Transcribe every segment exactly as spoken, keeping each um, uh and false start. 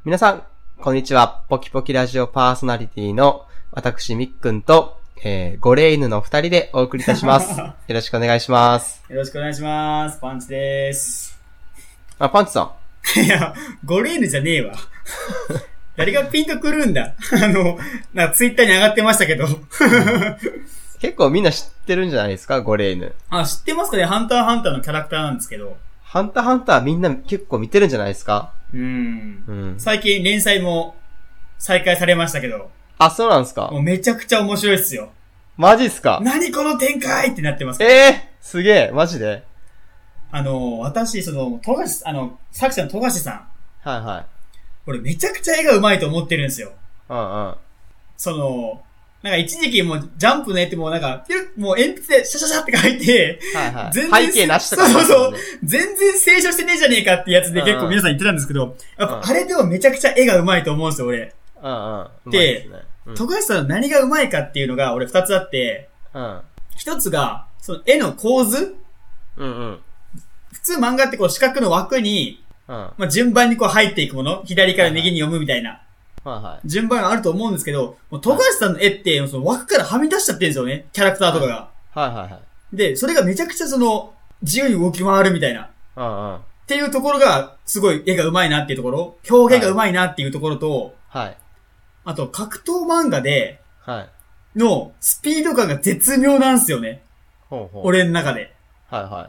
皆さん、こんにちは。ポキポキラジオパーソナリティの私、みっくんと、えー、ゴレイヌの二人でお送りいたします。よろしくお願いします。 よろしくお願いします。パンチでーす。 あ、パンチさん。いや、ゴレイヌじゃねえわ。誰がピンとくるんだ。あの、なんかツイッターに上がってましたけど。 結構みんな知ってるんじゃないですか、ゴレイヌ。 あ、知ってますかね。ハンターハンターのキャラクターなんですけど。 ハンターハンターみんな結構見てるんじゃないですか。 うん。うん。最近連載も再開されましたけど。 あ、そうなんですか。 もうめちゃくちゃ面白いっすよ。 マジっすか。 何この展開ってなってます。 ええー、すげえ、マジで。 あの、私、その、富樫、あの、作者の富樫さん。 はいはい。 俺めちゃくちゃ絵が上手いと思ってるんですよ。 うんうん。 その、なんか一時期もうジャンプの絵ってもうなんか、もう鉛筆でシャシャシャって書いて、 はいはい。全然背景なしとか、ね。 そうそうそう。全然清書してねえじゃねえかってやつで結構皆さん言ってたんですけど、やっぱあれでもめちゃくちゃ絵が上手いと思うんですよ、俺。 うんうん。 で、富樫さんの何が上手いかっていうのが俺二つあって、 うん。 一つが、その絵の構図。 うんうん。 普通漫画ってこう四角の枠に、うん、まあ順番にこう入っていくもの、左から右に読むみたいな。はいはい。順番があると思うんですけど、もう富樫さんの絵って、その枠からはみ出しちゃってるんですよね。キャラクターとかが。 はいはいはい。 で、それがめちゃくちゃその、自由に動き回るみたいな。うんうん。っていうところが、すごい絵が上手いなっていうところ。表現が上手いなっていうところと、はい。あと、格闘漫画で、はい。の、スピード感が絶妙なんですよね。ほうほう。俺の中で。はいはい。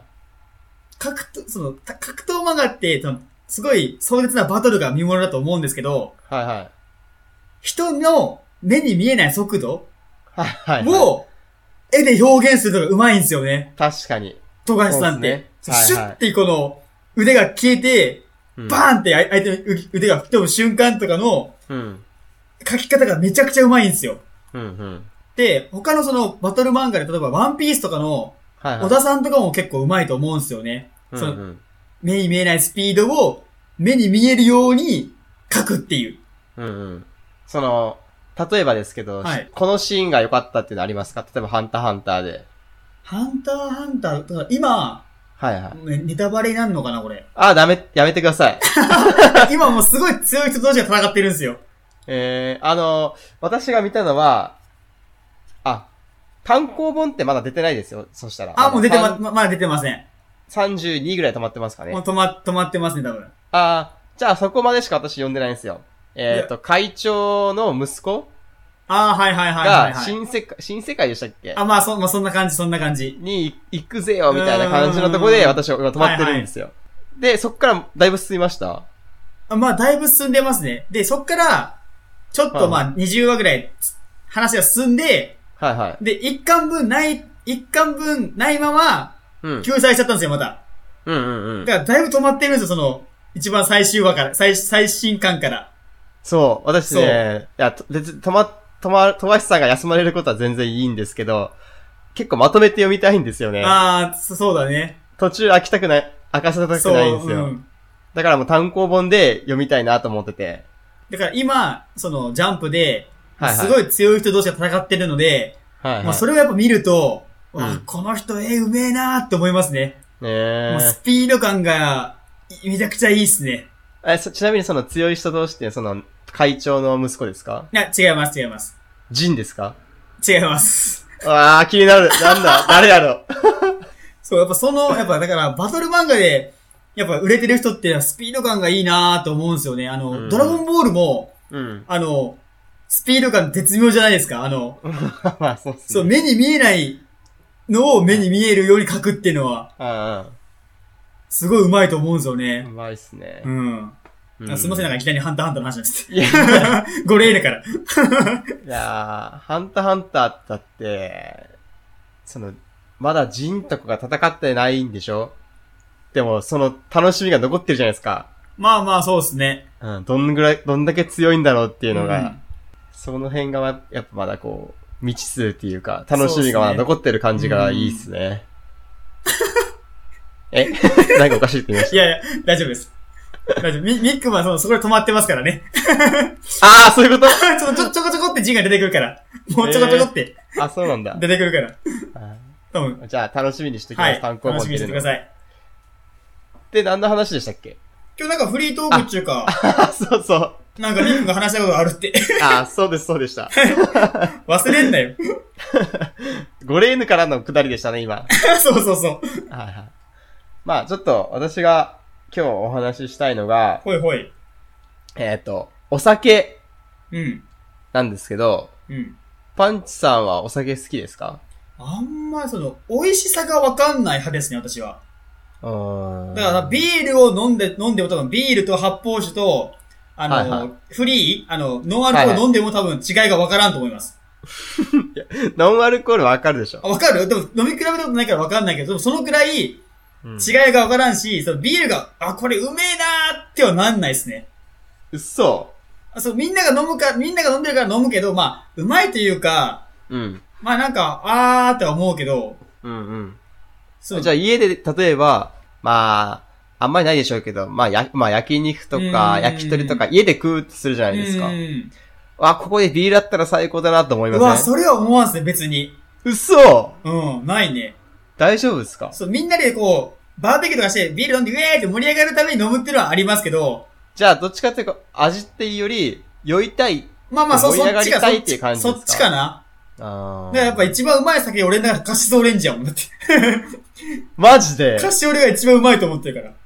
格闘、その、格闘漫画って、その、すごい壮絶なバトルが見物だと思うんですけど、はいはい。人の目に見えない速度を絵で表現するのが上手いんですよね。 確かに。 富樫さんって。ね、シュッてこの腕が消えて、うん、バーンって相手の腕が吹き飛ぶ瞬間とかの描き方がめちゃくちゃ上手いんですよ。うんうん、で、他のそのバトル漫画で例えばワンピースとかの小田さんとかも結構上手いと思うんですよね。はいはい、その目に見えないスピードを目に見えるように描くっていう。うんうんその、例えばですけど、はい、このシーンが良かったっていうのありますか？例えばハンターハンターで。 ハンターハンター、今、はいはい。ネタバレになるのかなこれ。 あ、ダメ、やめてください。 今もうすごい強い人同士が戦ってるんですよ。 えー、あの、私が見たのは、あ、単行本ってまだ出てないですよ、そしたら。 あ、もう出てま、ま、まだ出てません。 さんじゅうにぐらい止まってますかね。 もう止ま、止まってますね、多分。 あー、じゃあそこまでしか私読んでないんですよ。えっと、会長の息子ああ、はいはいはいはい、はい。 が、新世界、新世界でしたっけあ、まあそ、まあそんな感じ、そんな感じ。 に行くぜよ、みたいな感じのところで私は今止まってるんですよ。はいはい、で、そっからだいぶ進みましたあまあ、だいぶ進んでますね。で、そっから、ちょっとまあ、にじゅうわぐらい、話が進んで、はいはい。で、一巻分ない、一巻分ないまま、救済しちゃったんですよ、また。うんうんうん。だから、だいぶ止まってるんですよ、その、一番最終話から、最、最新巻から。 そう、私ね、いや、別に止ま、止ま、富樫さんが休まれることは全然いいんですけど、結構まとめて読みたいんですよね。 ああ、そうだね。 途中飽きたくない、飽かせたくないんですよ。うん、だからもう単行本で読みたいなと思ってて。 だから今、その、ジャンプで、すごい強い人同士が戦ってるので、はいはい、まあそれをやっぱ見ると、うん、わこの人絵うめえなーって思いますね。ねもうスピード感が、めちゃくちゃいいっすね。 え、ちなみにその強い人同士って、その、会長の息子ですか？ いや、違います、違います。 ジンですか？ 違います。 ああ、気になる。なんだ誰やろそう、やっぱその、やっぱだから、バトル漫画で、やっぱ売れてる人ってスピード感がいいなーと思うんですよね。あの、うん、ドラゴンボールも、うん、あの、スピード感絶妙じゃないですか。あの、まあそうっすね。そう、目に見えないのを目に見えるように描くっていうのは、うん、すごい上手いと思うんですよね。 上手いっすね。 うん。うん、すみません、なんかいきなりハンターハンターの話なんです。いや、ご例だから。 いやー、ハンターハンターだって、その、まだジンとかが戦ってないんでしょ？でも、その楽しみが残ってるじゃないですか。 まあまあ、そうですね。 うん、どんぐらい、どんだけ強いんだろうっていうのが、うん、その辺がやっぱまだこう、未知数っていうか、楽しみがまだ残ってる感じがいいっすね。えなんかおかしいって言いました？ いやいや、大丈夫です。大丈夫。ミックはその、そこで止まってますからね。 ああ、そういうことちょ、ちょ、ちょこちょこって字が出てくるから。もうちょこちょこって。 えー、あ、そうなんだ。 出てくるから。 多分。じゃあ、楽しみにしておきます。はい、単行本楽しみにしてください。 で、何の話でしたっけ？ 今日なんかフリートークっていうか。 そうそう。 なんかミックが話したことがあるって。 ああ、そうです、そうでした。 忘れんなよ。 ゴレーヌからの下りでしたね、今。 そうそうそう。 はいはい。まあ、ちょっと私が今日お話ししたいのが、 ほいほい。 えっと、お酒。 うん。 なんですけど、 うん。 パンチさんはお酒好きですか？ あんまりその、美味しさがわかんない派ですね、私は。 うーん。 だからビールを飲んで、飲んでも多分ビールと発泡酒と、あの、はいはい、フリーあの、ノンアルコール飲んでも多分違いがわからんと思います。 いやノンアルコールわかるでしょ？ わかる？でも飲み比べたことないからわかんないけど、でもそのくらい違いがわからんし、うん、そのビールが、あ、これうめえなーってはなんないですね。 うっそ。 そう、みんなが飲むか、みんなが飲んでるから飲むけど、まあ、うまいというか、 うん。 まあなんか、あーって思うけど、 うんうん。そう。じゃあ家で、例えば、まあ、あんまりないでしょうけど、まあ、や、まあ焼肉とか、焼き鳥とか、家で食うってするじゃないですか。うん。あ、ここでビールだったら最高だなと思いますね。 うわ、それは思わんすね、別に。 嘘。 うん、ないね。 大丈夫ですか？ そう、みんなでこう、バーベキューとかして、ビール飲んで、ウェーって盛り上がるために飲むっていうのはありますけど、 じゃあ、どっちかっていうと、味っていうより、酔いたい。 まあまあ、そ、 そっちが、そっちか。 そっちかな。 ああ。 だからやっぱ一番うまい酒、俺の中でカシスオレンジやもん、だって。 マジで？ カシオレが一番うまいと思ってるから。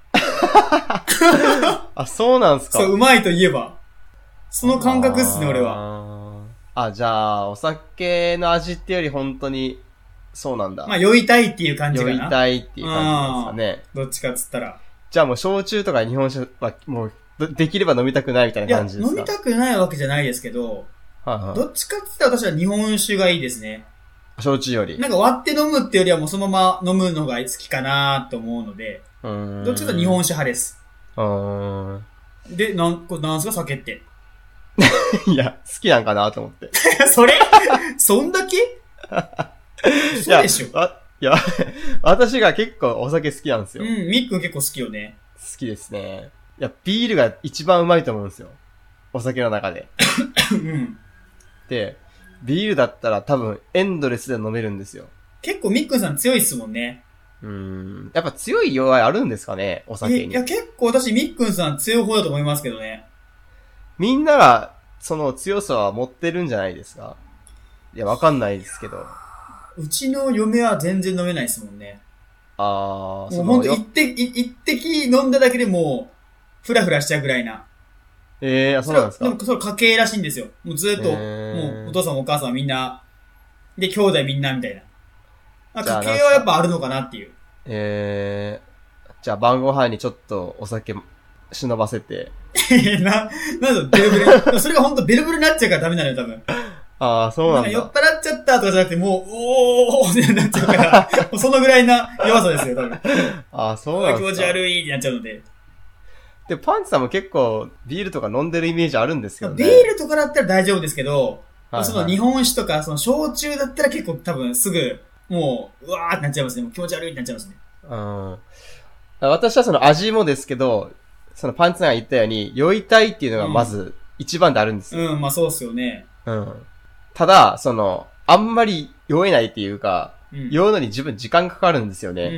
あ、そうなんすか？ そう、うまいと言えば。その感覚っすね、俺は。 あ、じゃあ、お酒の味ってより本当に、そうなんだ。 まあ、酔いたいっていう感じかな。 酔いたいっていう感じですかね。 どっちかっつったら。 じゃあもう焼酎とか日本酒はもうできれば飲みたくないみたいな感じですか？ いや、飲みたくないわけじゃないですけど、はいはい、どっちかって言ったら私は日本酒がいいですね。 焼酎より。 なんか割って飲むってよりはもうそのまま飲むのが好きかなと思うので、うーんどっちかというと日本酒派です。うーんで、なん、これなんすか酒って。 いや、好きなんかなと思って。 それそんだけそうでしょ。 いや、いや私が結構お酒好きなんですよ。 うん、みっくん結構好きよね。 好きですね。いや、ビールが一番うまいと思うんですよ。お酒の中で。うん。で、ビールだったら多分エンドレスで飲めるんですよ。 結構みっくんさん強いっすもんね。 うーん。やっぱ強い弱いあるんですかね、お酒に。 いや、結構私みっくんさん強い方だと思いますけどね。 みんながその強さは持ってるんじゃないですか？いや、わかんないですけど。 うちの嫁は全然飲めないですもんね。 あー、 もうほんと一滴、一滴飲んだだけでもう、ふらふらしちゃうぐらいな。 ええー、そうなんですか？ でも、それ家系らしいんですよ。もうずっと、もうお父さんもお母さんはみんな、で、兄弟みんなみたいな。家系はやっぱあるのかなっていう。 えー、じゃあ晩ご飯にちょっとお酒忍ばせて。 な、なんだベルブル。それがほんとベルブルになっちゃうからダメなのよ、多分。 ああ、そうなんだ。 なんか酔っ払っちゃったとかじゃなくて、もう、おーってなっちゃうから、もうそのぐらいな弱さですよ、多分。 ああ、そうなんだ。 気持ち悪いってなっちゃうので。 で、パンチさんも結構ビールとか飲んでるイメージあるんですよね。 ビールとかだったら大丈夫ですけど、はいはい、その日本酒とか、その焼酎だったら結構多分すぐ、もう、うわーってなっちゃいますね。もう気持ち悪いってなっちゃいますね。 うん。私はその味もですけど、そのパンチさんが言ったように、酔いたいっていうのがまず一番であるんですよ。 うん、うん、まあそうっすよね。 うん。ただ、その、あんまり酔えないっていうか、うん、酔うのに自分時間かかるんですよね。うん。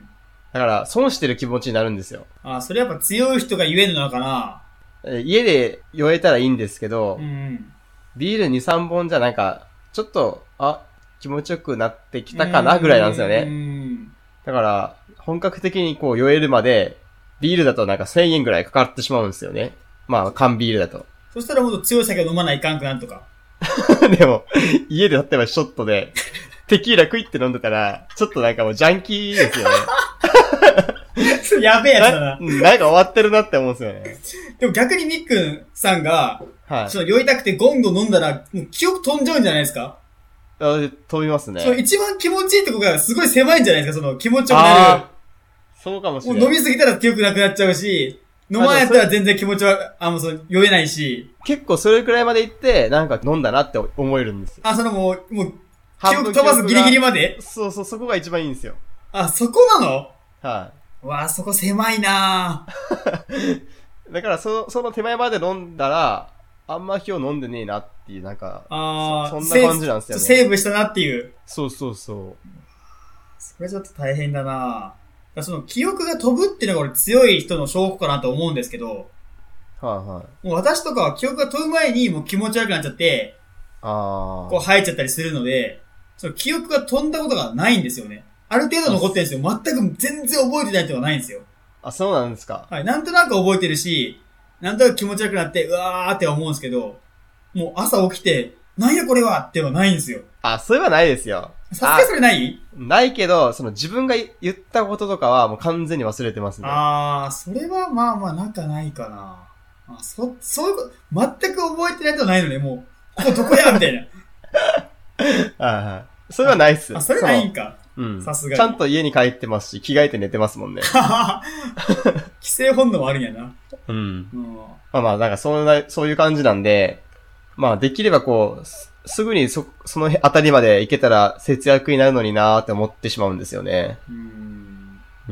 だから、損してる気持ちになるんですよ。 ああ、それやっぱ強い人が言えるのかな？ 家で酔えたらいいんですけど、 うん、 ビールに、さんぼんじゃなんか、ちょっと、あ、気持ちよくなってきたかなぐらいなんですよね。うん、だから、本格的にこう酔えるまで、ビールだとなんかせんえんぐらいかかってしまうんですよね。まあ、缶ビールだと。 そしたらもっと強い酒を飲まないかんくなんとか。 でも、家で例えばショットで、テキーラクイって飲んでたら、ちょっとなんかもうジャンキーですよね。 やべえやつだな。 な。なんか終わってるなって思うんですよね。 でも逆にみっくんさんが、 はい。 ちょっと酔いたくてゴンゴン飲んだら、もう記憶飛んじゃうんじゃないですか？ あ、飛びますね。 そう、一番気持ちいいとこがすごい狭いんじゃないですか？その気持ちよくなる。 そうかもしれない。 もう飲みすぎたら記憶なくなっちゃうし、飲まんやったら全然気持ちは、あ、もうそう、酔えないし。 結構それくらいまで行って、なんか飲んだなって思えるんですよ。 あ、そのもう、もう、記憶飛ばすギリギリまで？ そうそう、そこが一番いいんですよ。 あ、そこなの？ はい。 わあ、そこ狭いなぁ。だから、そ、その手前まで飲んだら、あんま今日飲んでねえなっていう、なんか、 あそ、そんな感じなんですよね。 セーブしたなっていう。 そうそうそう。 それちょっと大変だなぁ。その記憶が飛ぶっていうのが俺強い人の証拠かなと思うんですけど。 はいはい。 もう私とかは記憶が飛ぶ前にもう気持ち悪くなっちゃって、 ああ。 こう生えちゃったりするので、その記憶が飛んだことがないんですよね。ある程度残ってるんですよ。全く全然覚えてないってことはないんですよ。 あ、そうなんですか。 はい。なんとなく覚えてるし、なんとなく気持ち悪くなって、うわーって思うんですけど、もう朝起きて、なんやこれはっていうのはないんですよ。 あ、それはないですよ。 さすがにそれないないけど、その自分が言ったこととかはもう完全に忘れてますね。 あー、それはまあまあなんかないかな。あ、そ、そういうこと、全く覚えてないとないのね、もう、ここどこやみたいな。 ああ、それはないっす。 あ、それないんか。 うん。 さすがに。 ちゃんと家に帰ってますし、着替えて寝てますもんね。 規制本能もあるんやな。 うん。うん、まあまあ、なんかそんな、そういう感じなんで、まあできればこう、す, すぐにそ、そのあたりまで行けたら節約になるのになーって思ってしまうんですよね。 うん。 うん。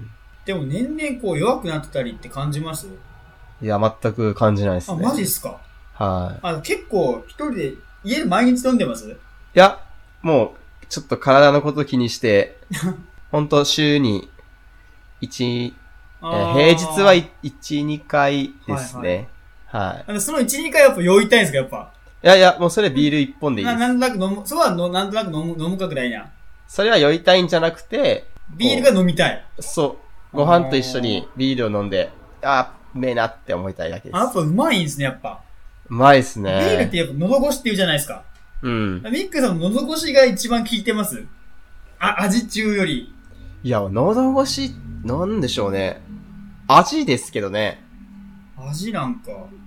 でも年々こう弱くなってたりって感じます？ いや、全く感じないですね。 あ、マジっすか？ はい。 あ、結構一人で家で毎日飲んでます？ いや、もう、ちょっと体のこと気にして、ほんと週にいち、えー、平日はいち、にかいですね。はい、はい。 はい。そのいち、にかいやっぱ酔いたいんですか、やっぱ。 いやいや、もうそれビールいっぽんでいいです。 な、なんとなく飲む、そうはの、なんとなく飲む、飲むかくらいな。 それは酔いたいんじゃなくて、 ビールが飲みたい。 そう。ご飯と一緒にビールを飲んで、あー、うめえなって思いたいだけです。 あ、やっぱうまいんですね、やっぱ。 うまいっすね。 ビールってやっぱ喉越しって言うじゃないですか。 うん。 ミックさんの喉越しが一番効いてます？あ、味中より。 いや、喉越し、なんでしょうね。味ですけどね。 味なんか。 うん。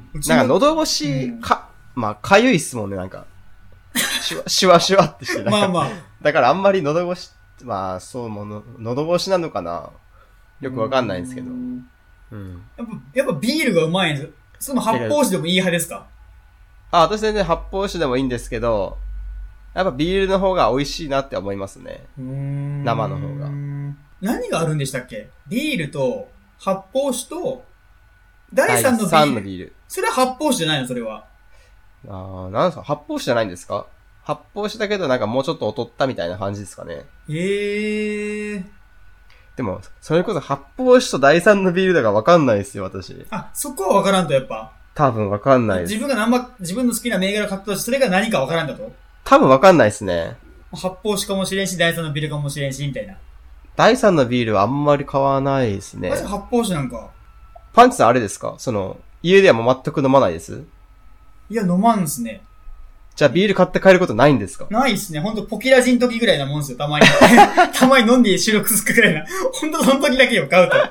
なんか喉越し、うん、か、まあ、かゆいっすもんね、なんか。シュワ、シュワシュワってして。 まあまあ。 だからあんまり喉越し、まあ、そうもの、喉越しなのかな。よくわかんないんですけど。うん。 やっぱ、やっぱビールがうまいんです。その発泡酒でもいい派ですか？ あ、私全然発泡酒でもいいんですけど、やっぱビールの方が美味しいなって思いますね。 うーん生の方が。 何があるんでしたっけ？ビールと発泡酒と第三のビール。第三のビール。それは発泡酒じゃないの？それは。 ああ、なんですか？発泡酒じゃないんですか？発泡酒だけどなんかもうちょっと劣ったみたいな感じですかね。 へえ。 でも、それこそ発泡酒と第三のビールだからわかんないですよ、私。 あ、そこはわからんとやっぱ。 多分わかんないです。 自分が何ば、自分の好きな銘柄買ったとして、それが何かわからんだと？ 多分わかんないですね。 発泡酒かもしれんし、第三のビールかもしれんし、みたいな。 第三のビールはあんまり買わないですね。 マジ発泡酒なんか。 パンチさんあれですか？その、家ではもう全く飲まないです？ いや、飲まんですね。 じゃあビール買って帰ることないんですか？ ないっすね。ほんとポキラジの時ぐらいなもんですよ、たまに。たまに飲んで収録するくらいな。ほんとその時だけよ、買うと。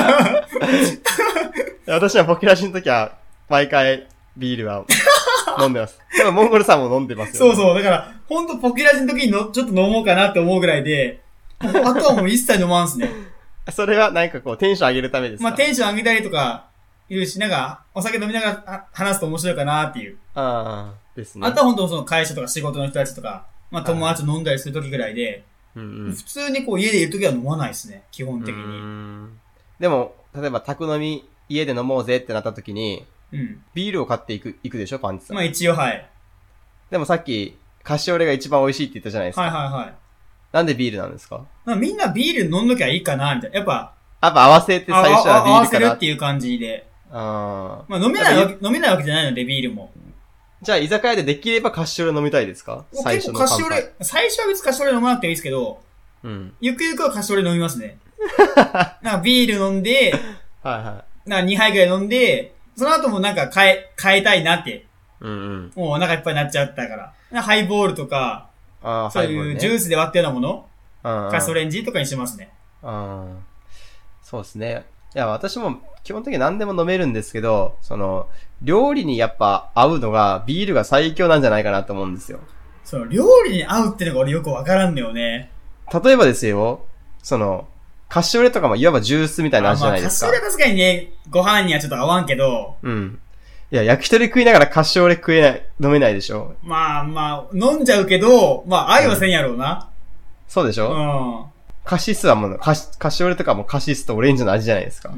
私はポキラジの時は、毎回ビールは飲んでます。でもモンゴルさんも飲んでますよ、 ね。そうそう。だから、ほんとポキラジの時にのちょっと飲もうかなって思うぐらいで、あとはもう一切飲まんすね。 それはなんかこうテンション上げるためですか？ まあテンション上げたりとか、いるし、なんか、お酒飲みながら話すと面白いかなっていう。 ああ、ですね。 あとは本当その会社とか仕事の人たちとか、まあ友達と飲んだりする時ぐらいで、うんうん、普通にこう家でいる時は飲まないですね、基本的に。うーんでも、例えば宅飲み、家で飲もうぜってなった時に、うん、ビールを買っていく、いくでしょ、パンチさん。 まあ一応はい。 でもさっき、カシオレが一番美味しいって言ったじゃないですか。 はいはいはい。 なんでビールなんですか？ まあ、みんなビール飲んどきゃいいかな、みたいな。やっぱ、 やっぱ合わせて最初はビールから。 合わせるっていう感じで。あまあ飲めないわけ、飲めないわけじゃないので、ビールも。 じゃあ、居酒屋でできればカシオレ飲みたいですか？最初のカシオレ、最初は別にカシオレ飲まなくてもいいですけど、うん。ゆくゆくはカシオレ飲みますね。なんかビール飲んで、はいはい。なんかにはいぐらい飲んで、その後もなんか変え、変えたいなって。うんうん。もうお腹いっぱいになっちゃったから。ハイボールとか、あそういうジュースで割ったようなもの、ね、カシオレンジとかにしますね。 あそうですね。いや、私も基本的に何でも飲めるんですけど、その、料理にやっぱ合うのがビールが最強なんじゃないかなと思うんですよ。 その、料理に合うってのが俺よくわからんのよね。 例えばですよ、その、カシオレとかもいわばジュースみたいな味じゃないですか。 まあ、カシオレは確かにね、ご飯にはちょっと合わんけど。 うん。いや、焼き鳥食いながらカシオレ食えない、飲めないでしょ。 まあまあ、飲んじゃうけど、まあ愛はせんやろうな。うん、 そうでしょ？うん。カシスはもう、カシ、カシオレとかもカシスとオレンジの味じゃないですか。うん。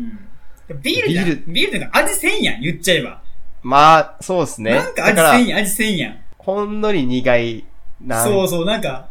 ビールじゃん。ビール、ビールってか味せんやん、言っちゃえば。 まあ、そうですね。 なんか味せんやん、味せんやん。 ほんのり苦いな。そうそう、なんか、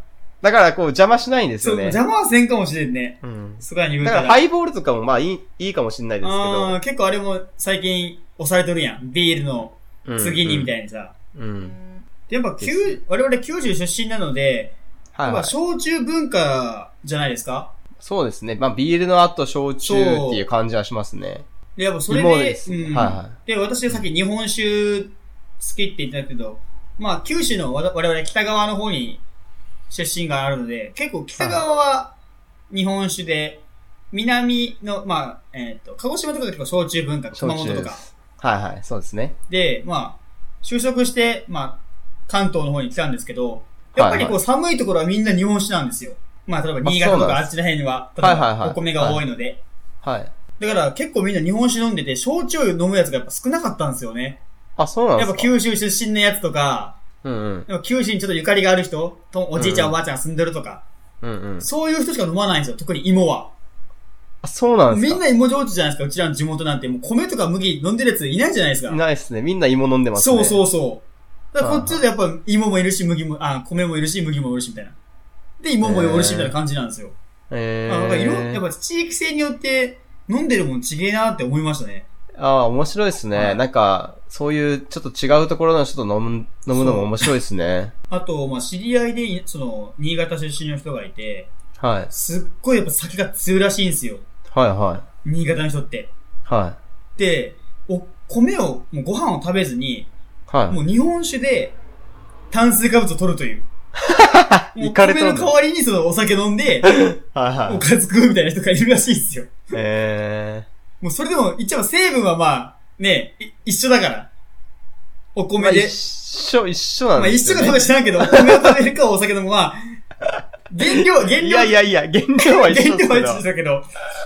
だからこう邪魔しないんですよね。 そう、邪魔はせんかもしれんね。うん。すごい言うたら。 だからハイボールとかもまあいい、いいかもしれないですけど。 ああ、結構あれも最近抑えとるやん。ビールの次にみたいにさ。うん。うん、でやっぱ、我々九州出身なので、はい、はい、やっぱ焼酎文化じゃないですか？ そうですね。まあビールの後焼酎っていう感じはしますね。 で、やっぱそれで、 ですうん、はいはい。 で、私さっき日本酒好きって言ってたけど、まあ九州の我々北側の方に出身があるので、結構北側は日本酒で、南の、まあ、えっ、ー、と、鹿児島とかが結構焼酎文化、熊本とか。 はいはい、そうですね。 で、まあ、就職して、まあ、関東の方に来たんですけど、やっぱりこう寒いところはみんな日本酒なんですよ。まあ、例えば新潟とかあっちら辺には、例えばお米が多いので。 はい。はい、 だから結構みんな日本酒飲んでて、焼酎飲むやつがやっぱ少なかったんですよね。 あ、そうなんですか？ やっぱ九州出身のやつとか、うんうん。九州にちょっとゆかりがある人、とおじいちゃん、うんうん、おばあちゃんが住んでるとか、うんうん。そういう人しか飲まないんですよ、特に芋は。 あ、そうなんですか？ みんな芋焼酎じゃないですか、うちらの地元なんて。もう米とか麦飲んでるやついないじゃないですか。 いないですね。みんな芋飲んでますね。 そうそうそう。だからこっちでやっぱ芋もいるし、麦も、あ、米もいるし、麦もいるし、みたいな。で、芋もいるし、みたいな感じなんですよ。へー。あ、なんか色、やっぱ地域性によって飲んでるもん違えなって思いましたね。 ああ、面白いですね。はい、なんか、そういうちょっと違うところの人と飲む、飲むのも面白いですね。 あと、まあ、知り合いで、その、新潟出身の人がいて、 はい。 すっごいやっぱ酒が強いらしいんですよ。 はいはい。 新潟の人って。 はい。 で、お、米を、もうご飯を食べずに、 はい。 もう日本酒で炭水化物を取るという。もう米の代わりにそのお酒飲んで、はいはい。おかず食うみたいな人がいるらしいですよ。 へー。もうそれでも、一応成分はまあ、ね、一緒だから。お米で。まあ、 一緒、一緒なんですよ、ね。 まあ一緒かどうか知らんけど、お米を食べるかお酒飲むは、原料、原料。いやいやいや、原料は一緒だけど。 原料は一緒だけど。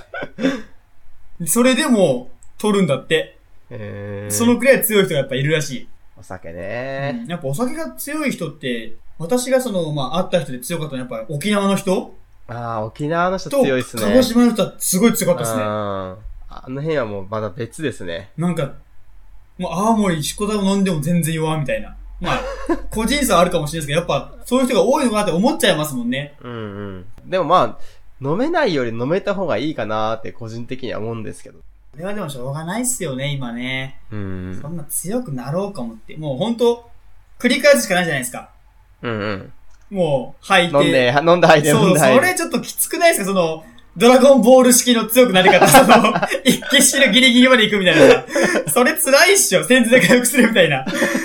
それでも、取るんだって。 へー。 そのくらい強い人がやっぱいるらしい。 お酒ね、 うん。やっぱお酒が強い人って、私がその、まあ、会った人で強かったのはやっぱり沖縄の人ああ、沖縄の人強いっすね。 鹿児島の人はすごい強かったですね。 ああの辺はもうまだ別ですね。 なんか、もう青森、しこたを飲んでも全然弱みたいな。まあ、個人差はあるかもしれないですけど、やっぱ、そういう人が多いのかなって思っちゃいますもんね。 うんうん。でもまあ、飲めないより飲めた方がいいかなって個人的には思うんですけど。 これはでもしょうがないっすよね、今ね。 うん。 そんな強くなろうかもって。もうほんと、繰り返すしかないじゃないですか。 うんうん。 もう、吐いて。 飲んで、飲んで吐いて、飲んで吐いて。そう、それちょっときつくないですかその、ドラゴンボール式の強くなり方、その、一気死のギリギリまで行くみたいなさ。それ辛いっしょ。先頭で回復するみたいな。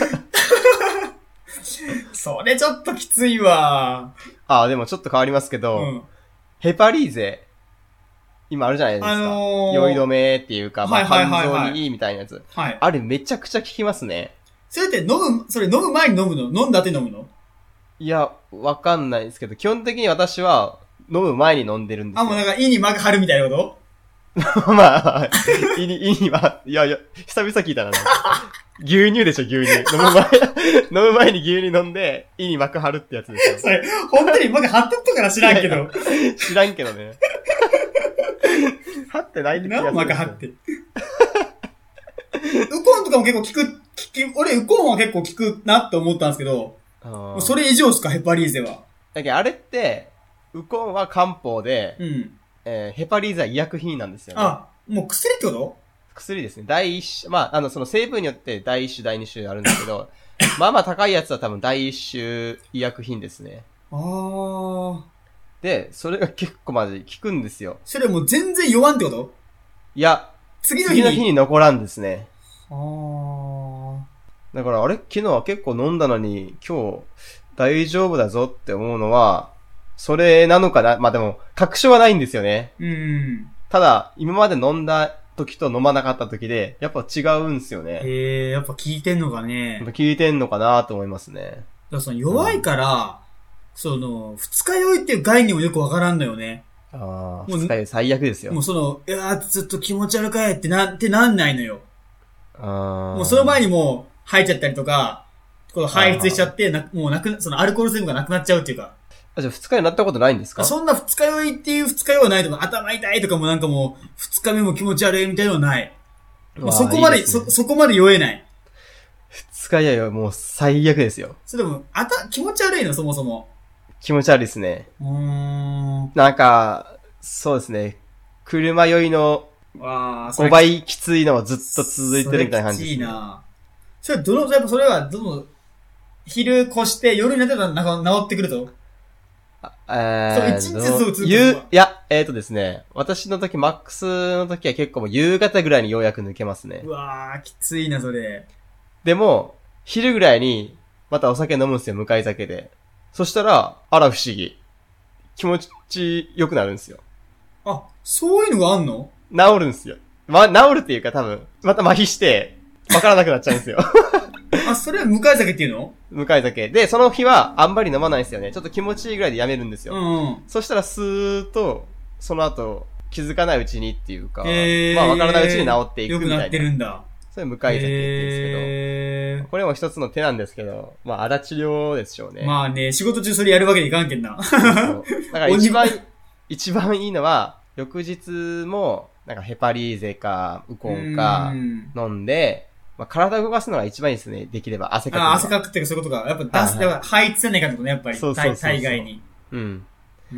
それちょっときついわ。 あ、でもちょっと変わりますけど、うん、ヘパリーゼ、今あるじゃないですか。あのー、酔い止めっていうか、まあ、肝臓にいいみたいなやつ。はい。あれめちゃくちゃ効きますね。 それって飲む、それ飲む前に飲むの？飲んだ後に飲むの？ いや、わかんないですけど、基本的に私は飲む前に飲んでるんですよ。 あ、もうなんか胃に膜張るみたいなことまあ、胃に、胃には、いやいや、久々聞いたな。牛乳でしょ、牛乳。飲む前、飲む前に牛乳飲んで、胃に膜張るってやつですよ。 それ、本当に膜張っとったから知らんけど。 知らんけどね。張ってないって気がする。 何膜張って。ウコンとかも結構効く、効き、俺ウコンは結構効くなって思ったんですけど、あそれ以上ですか、ヘパリーゼは。 だけどあれって、ウコンは漢方で、 うん。 えー、ヘパリーゼは医薬品なんですよね。 あ、もう薬ってこと？ 薬ですね。第一種、まあ、あの、その成分によって第一種、第二種あるんですけど、まあまあ高いやつは多分第一種医薬品ですね。 あー。 で、それが結構まで効くんですよ。 それもう全然弱んってこと？ いや、 次の日に。 次の日に残らんですね。 あー。 だからあれ、昨日は結構飲んだのに、今日大丈夫だぞって思うのは、それなのかな。まあでも、確証はないんですよね。 うん。 ただ、今まで飲んだ時と飲まなかった時で、やっぱ違うんすよね。 へえ、やっぱ効いてんのかね。 やっぱ効いてんのかなと思いますね。だからその弱いから、うん、その、二日酔いっていう概念もよくわからんのよね。 ああ、二日酔い最悪ですよ。 もうその、いやーずっと気持ち悪かいってなってなんないのよ。 ああ。 もうその前にもう吐いちゃったりとか、この排出しちゃって、なもうなく、そのアルコール成分がなくなっちゃうっていうか。 あ、じゃあ二日酔いになったことないんですか？ そんな二日酔いっていう二日酔いはないとか、頭痛いとかもなんかもう、二日目も気持ち悪いみたいなのはない。まあ、そこまで、いいですね、そ、そこまで酔えない。 二日酔いはもう最悪ですよ。 それでも、あた、気持ち悪いの、そもそも。 気持ち悪いですね。 うーん。 なんか、そうですね。車酔いのごばいきついのはずっと続いてるみたいな感じです、ね。きついな。 それどの、やっぱそれはどの、昼越して夜になってたらなんか治ってくるとあ、えー、 そう、一日ずつずっと。 いや、えーとですね、私の時、マックスの時は結構もう夕方ぐらいにようやく抜けますね。 うわー、きついな、それ。 でも、昼ぐらいに、またお酒飲むんですよ、向かい酒で。そしたら、あら不思議。気持ち良くなるんですよ。 あ、そういうのがあんの？ 治るんですよ。ま、治るっていうか多分、また麻痺して、わからなくなっちゃうんですよ。 あ、それは向かい酒っていうの？ 向かい酒。で、その日はあんまり飲まないんですよね。ちょっと気持ちいいぐらいでやめるんですよ。 うんうん。 そしたらスーッと、その後、気づかないうちにっていうか、 えー、 まあわからないうちに治っていくみたいな。 良くなってるんだ。 それ向かい酒って言うんですけど、えー、これも一つの手なんですけど、まあ、荒治療でしょうね。 まあね、仕事中それやるわけにいかんけんな。 そうそう。だから一番、一番いいのは、翌日も、なんかヘパリーゼか、ウコンか、飲んで、まあ、体を動かすのが一番いいですね。できれば、汗かく。 あ、汗かくっていうかそういうことか。やっぱ出す、だから排出せないかってことね、やっぱり。そうそうそうそう。体外に。 うん。うん。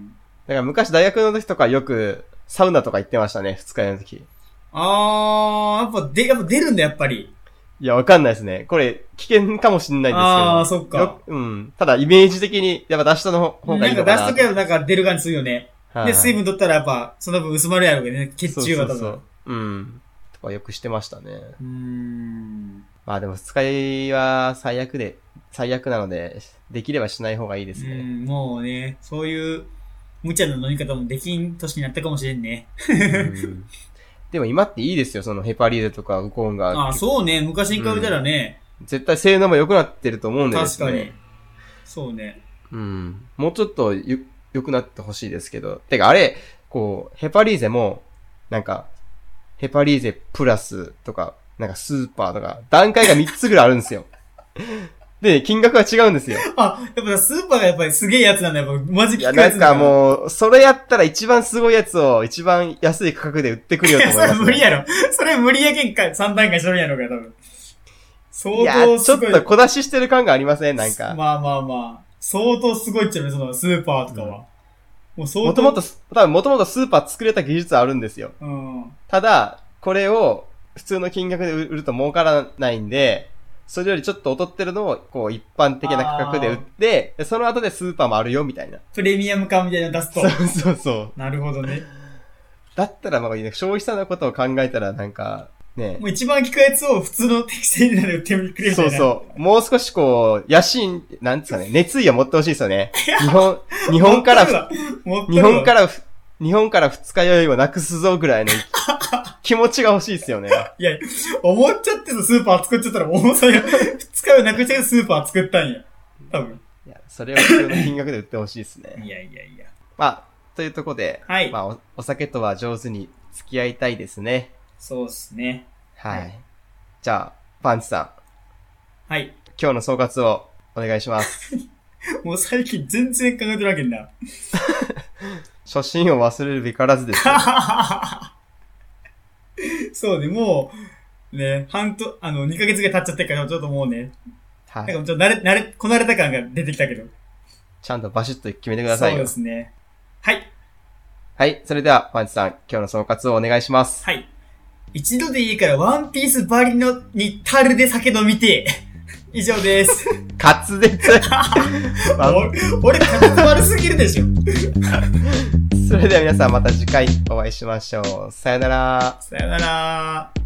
だから昔大学の時とかよく、サウナとか行ってましたね、二日酔いの時。 あー、やっぱで、やっぱ出るんだ、やっぱり。 いや、わかんないですね。これ、危険かもしんないんですけど。 あー、そっか。 うん。ただ、イメージ的に、やっぱ出したの方がいいのかな。 なんか出しとけばなんか出る感じするよね。はい、で、水分取ったらやっぱ、その分薄まるやろうけどね、血中が多分。そうそうそう。うん。とかよくしてましたね。うーん。まあでも、二日酔いは最悪で、最悪なので、できればしない方がいいですね。 うん、もうね、そういう、無茶な飲み方もできん年になったかもしれんね。 うんでも今っていいですよ、そのヘパリーゼとかウコンが。 ああ、そうね。昔に比べたらね、 うん。絶対性能も良くなってると思うんですね。確かに。そうね。 うん。もうちょっとゆ良くなってほしいですけど。てかあれ、こう、ヘパリーゼも、なんか、ヘパリーゼプラスとか、なんかスーパーとか、段階がみっつぐらいあるんですよ。で、金額は違うんですよ。 あ、やっぱスーパーがやっぱりすげえやつなんだよ。やっぱマジ効くやつなんだ。 いや、なんかもう、それやったら一番すごいやつを一番安い価格で売ってくるよと思います、ね。 それ無理やろ。それ無理やけんか、三段階しとるんやろうか、多分。相当すごい。いや、 ちょっと小出ししてる感がありません、なんか。 まあまあまあ。相当すごいっちゃうね、そのスーパーとかは。うん、もう相当。もともと、多分もともとスーパー作れた技術はあるんですよ。うん。ただ、これを普通の金額で売ると儲からないんで、それよりちょっと劣ってるのを、こう、一般的な価格で売って、でその後でスーパーもあるよ、みたいな。 プレミアム感みたいなの出すと。 そうそうそう。 なるほどね。 だったら、まあ、消費者のことを考えたら、なんか、ね。 もう一番効くやつを普通の適正になる売ってくれるみたいな。 そうそう。もう少しこう、野心、なんですかね、熱意を持ってほしいですよね。日本、日本から、日本から、日本から二日酔いをなくすぞぐらいの気持ちが欲しいですよね。 いや、思っちゃってさ、スーパー作っちゃったら、もうそれ、二日酔いなくしてスーパー作ったんや。多分。 いや、それを必要な金額で売ってほしいですね。 いやいやいや。 まあ、というところで、はい。まあお、お酒とは上手に付き合いたいですね。 そうですね。 はい。はい、じゃあ、パンチさん。 はい。 今日の総括をお願いします。 もう最近全然考えてるわけんな。 初心を忘れるべからずですよ。 そうね、もう、ね、半と、あの、にかげつぐらい経っちゃってるから、ちょっともうね、はい。なんかちょっと慣れ、慣れ、こなれた感が出てきたけど。 ちゃんとバシッと決めてくださいよ。 そうですね。はい。 はい、それでは、パンチさん、今日の総括をお願いします。 はい。一度でいいから、ワンピースバリのに樽で酒飲みて以上です。 滑舌俺、滑舌悪すぎるでしょ。 それでは皆さんまた次回お会いしましょう。さよなら。 さよなら。